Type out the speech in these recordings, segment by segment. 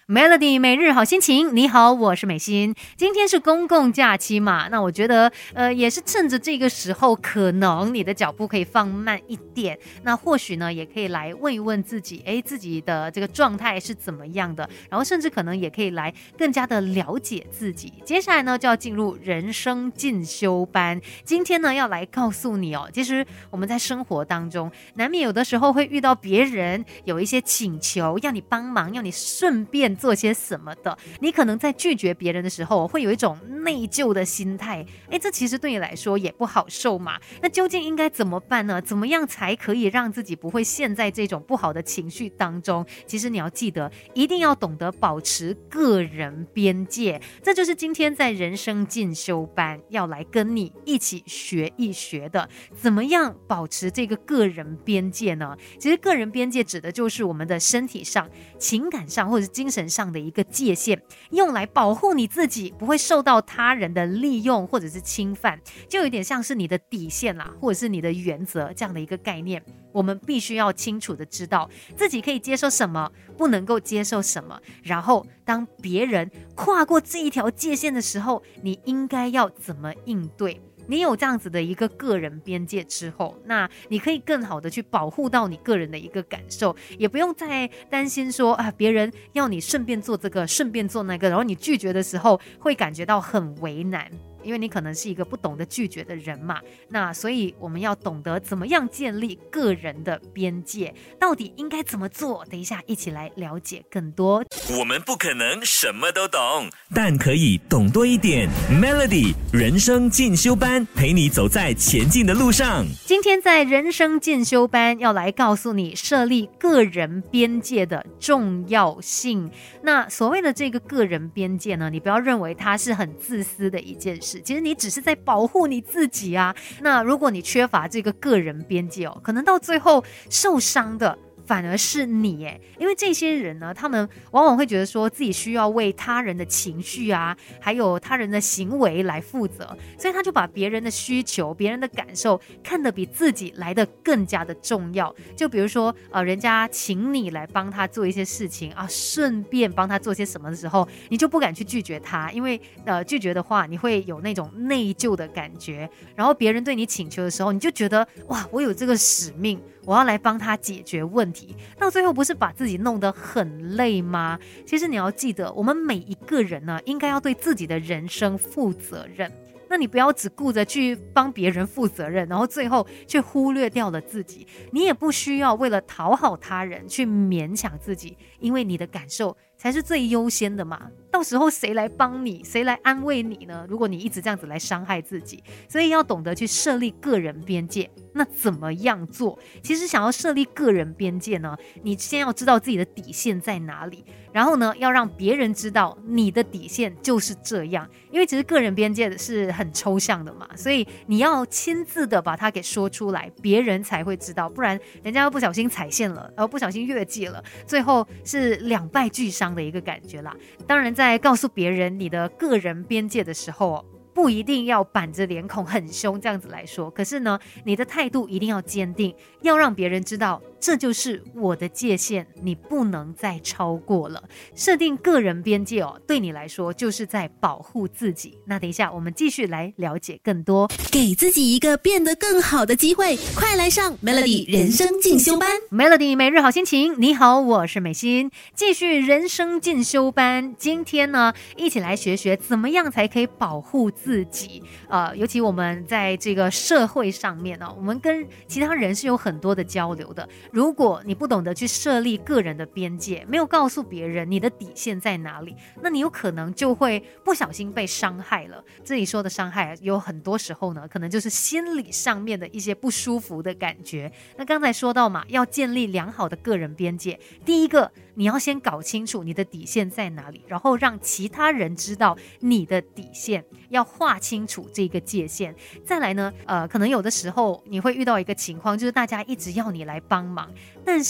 Melody 每日好心情，你好，我是美心。今天是公共假期嘛，那我觉得也是趁着这个时候，可能你的脚步可以放慢一点。那或许呢，也可以来问一问自己，自己的这个状态是怎么样的，然后甚至可能也可以来更加的了解自己。接下来呢，就要进入人生进修班。今天呢，要来告诉你哦，其实我们在生活当中，难免有的时候会遇到别人有一些请求，要你帮忙，要你顺便做些什么的，你可能在拒绝别人的时候会有一种内疚的心态，这其实对你来说也不好受嘛。那究竟应该怎么办呢？怎么样才可以让自己不会陷在这种不好的情绪当中？其实你要记得，一定要懂得保持个人边界，这就是今天在人生进修班要来跟你一起学一学的。怎么样保持这个个人边界呢？其实个人边界指的就是我们的身体上、情感上或者是精神上的一个界限，用来保护你自己不会受到他人的利用或者是侵犯，就有点像是你的底线啦，或者是你的原则这样的一个概念。我们必须要清楚的知道自己可以接受什么，不能够接受什么，然后当别人跨过这一条界限的时候，你应该要怎么应对。你有这样子的一个个人边界之后，那你可以更好的去保护到你个人的一个感受，也不用再担心说别人要你顺便做这个顺便做那个，然后你拒绝的时候会感觉到很为难，因为你可能是一个不懂得拒绝的人嘛。那所以我们要懂得怎么样建立个人的边界，到底应该怎么做，等一下一起来了解更多。 我们不可能什么都懂，但可以懂多一点。 Melody 人生进修班，陪你走在前进的路上。 今天在人生进修班要来告诉你设立个人边界的重要性。那所谓的这个个人边界呢，你不要认为它是很自私的一件事，其实你只是在保护你自己啊。那如果你缺乏这个个人边界可能到最后受伤的反而是你因为这些人呢，他们往往会觉得说自己需要为他人的情绪啊，还有他人的行为来负责，所以他就把别人的需求、别人的感受看得比自己来得更加的重要。就比如说人家请你来帮他做一些事情啊，顺便帮他做些什么的时候，你就不敢去拒绝他，因为拒绝的话你会有那种内疚的感觉，然后别人对你请求的时候，你就觉得哇，我有这个使命，我要来帮他解决问题，到最后不是把自己弄得很累吗？其实你要记得，我们每一个人呢，应该要对自己的人生负责任。那你不要只顾着去帮别人负责任，然后最后却忽略掉了自己。你也不需要为了讨好他人去勉强自己，因为你的感受才是最优先的嘛。到时候谁来帮你，谁来安慰你呢？如果你一直这样子来伤害自己，所以要懂得去设立个人边界。那怎么样做？其实想要设立个人边界呢，你先要知道自己的底线在哪里，然后呢，要让别人知道你的底线就是这样。因为其实个人边界是很抽象的嘛，所以你要亲自的把它给说出来，别人才会知道，不然人家又不小心踩线了，然后不小心越界了，最后是两败俱伤的一个感觉啦。当然在告诉别人你的个人边界的时候不一定要板着脸孔很凶这样子来说，可是呢，你的态度一定要坚定，要让别人知道这就是我的界限，你不能再超过了。设定个人边界对你来说就是在保护自己。那等一下我们继续来了解更多， 给自己一个变得更好的机会，快来上 Melody 人生进修班。 Melody 每日好心情，你好，我是美心，继续人生进修班。今天呢，一起来学学怎么样才可以保护自己。尤其我们在这个社会上面我们跟其他人是有很多的交流的。如果你不懂得去设立个人的边界，没有告诉别人你的底线在哪里，那你有可能就会不小心被伤害了。这里说的伤害有很多时候呢，可能就是心理上面的一些不舒服的感觉。那刚才说到嘛，要建立良好的个人边界，第一个你要先搞清楚你的底线在哪里，然后让其他人知道你的底线，要划清楚这个界限。再来呢，可能有的时候你会遇到一个情况，就是大家一直要你来帮忙，但是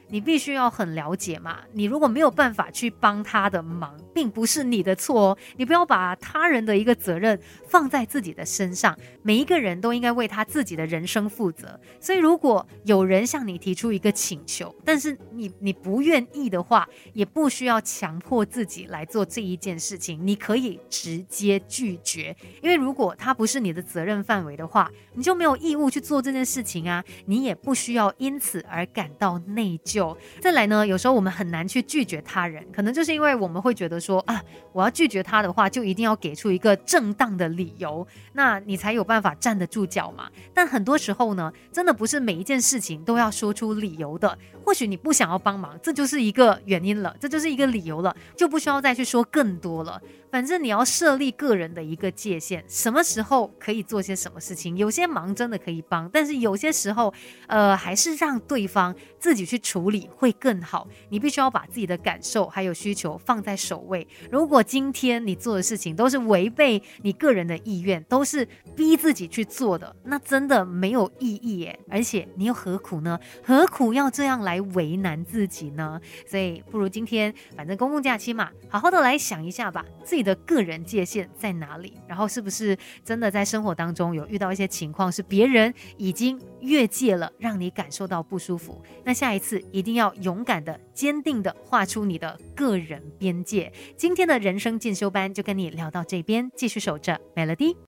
你必须要很了解嘛，你如果没有办法去帮他的忙，并不是你的错哦，你不要把他人的一个责任放在自己的身上，每一个人都应该为他自己的人生负责。所以如果有人向你提出一个请求，但是你不愿意的话，也不需要强迫自己来做这一件事情，你可以直接拒绝，因为如果他不是你的责任范围的话，你就没有义务去做这件事情啊，你也不需要因此而感到内疚。再来呢，有时候我们很难去拒绝他人，可能就是因为我们会觉得说我要拒绝他的话，就一定要给出一个正当的理由，那你才有办法站得住脚嘛。但很多时候呢，真的不是每一件事情都要说出理由的，或许你不想要帮忙，这就是一个原因了，这就是一个理由了，就不需要再去说更多了。反正你要设立个人的一个界限，什么时候可以做些什么事情，有些忙真的可以帮，但是有些时候还是让对方自己去处理会更好。你必须要把自己的感受还有需求放在首位。如果今天你做的事情都是违背你个人的意愿，都是逼自己去做的，那真的没有意义耶。而且你又何苦呢？何苦要这样来为难自己呢？所以不如今天反正公共假期嘛，好好的来想一下吧，自己的个人界限在哪里，然后是不是真的在生活当中有遇到一些情况是别人已经越界了，让你感受到不舒服。那下一次一定要勇敢的坚定的画出你的个人边界。今天的人生进修班就跟你聊到这边，继续守着 Melody。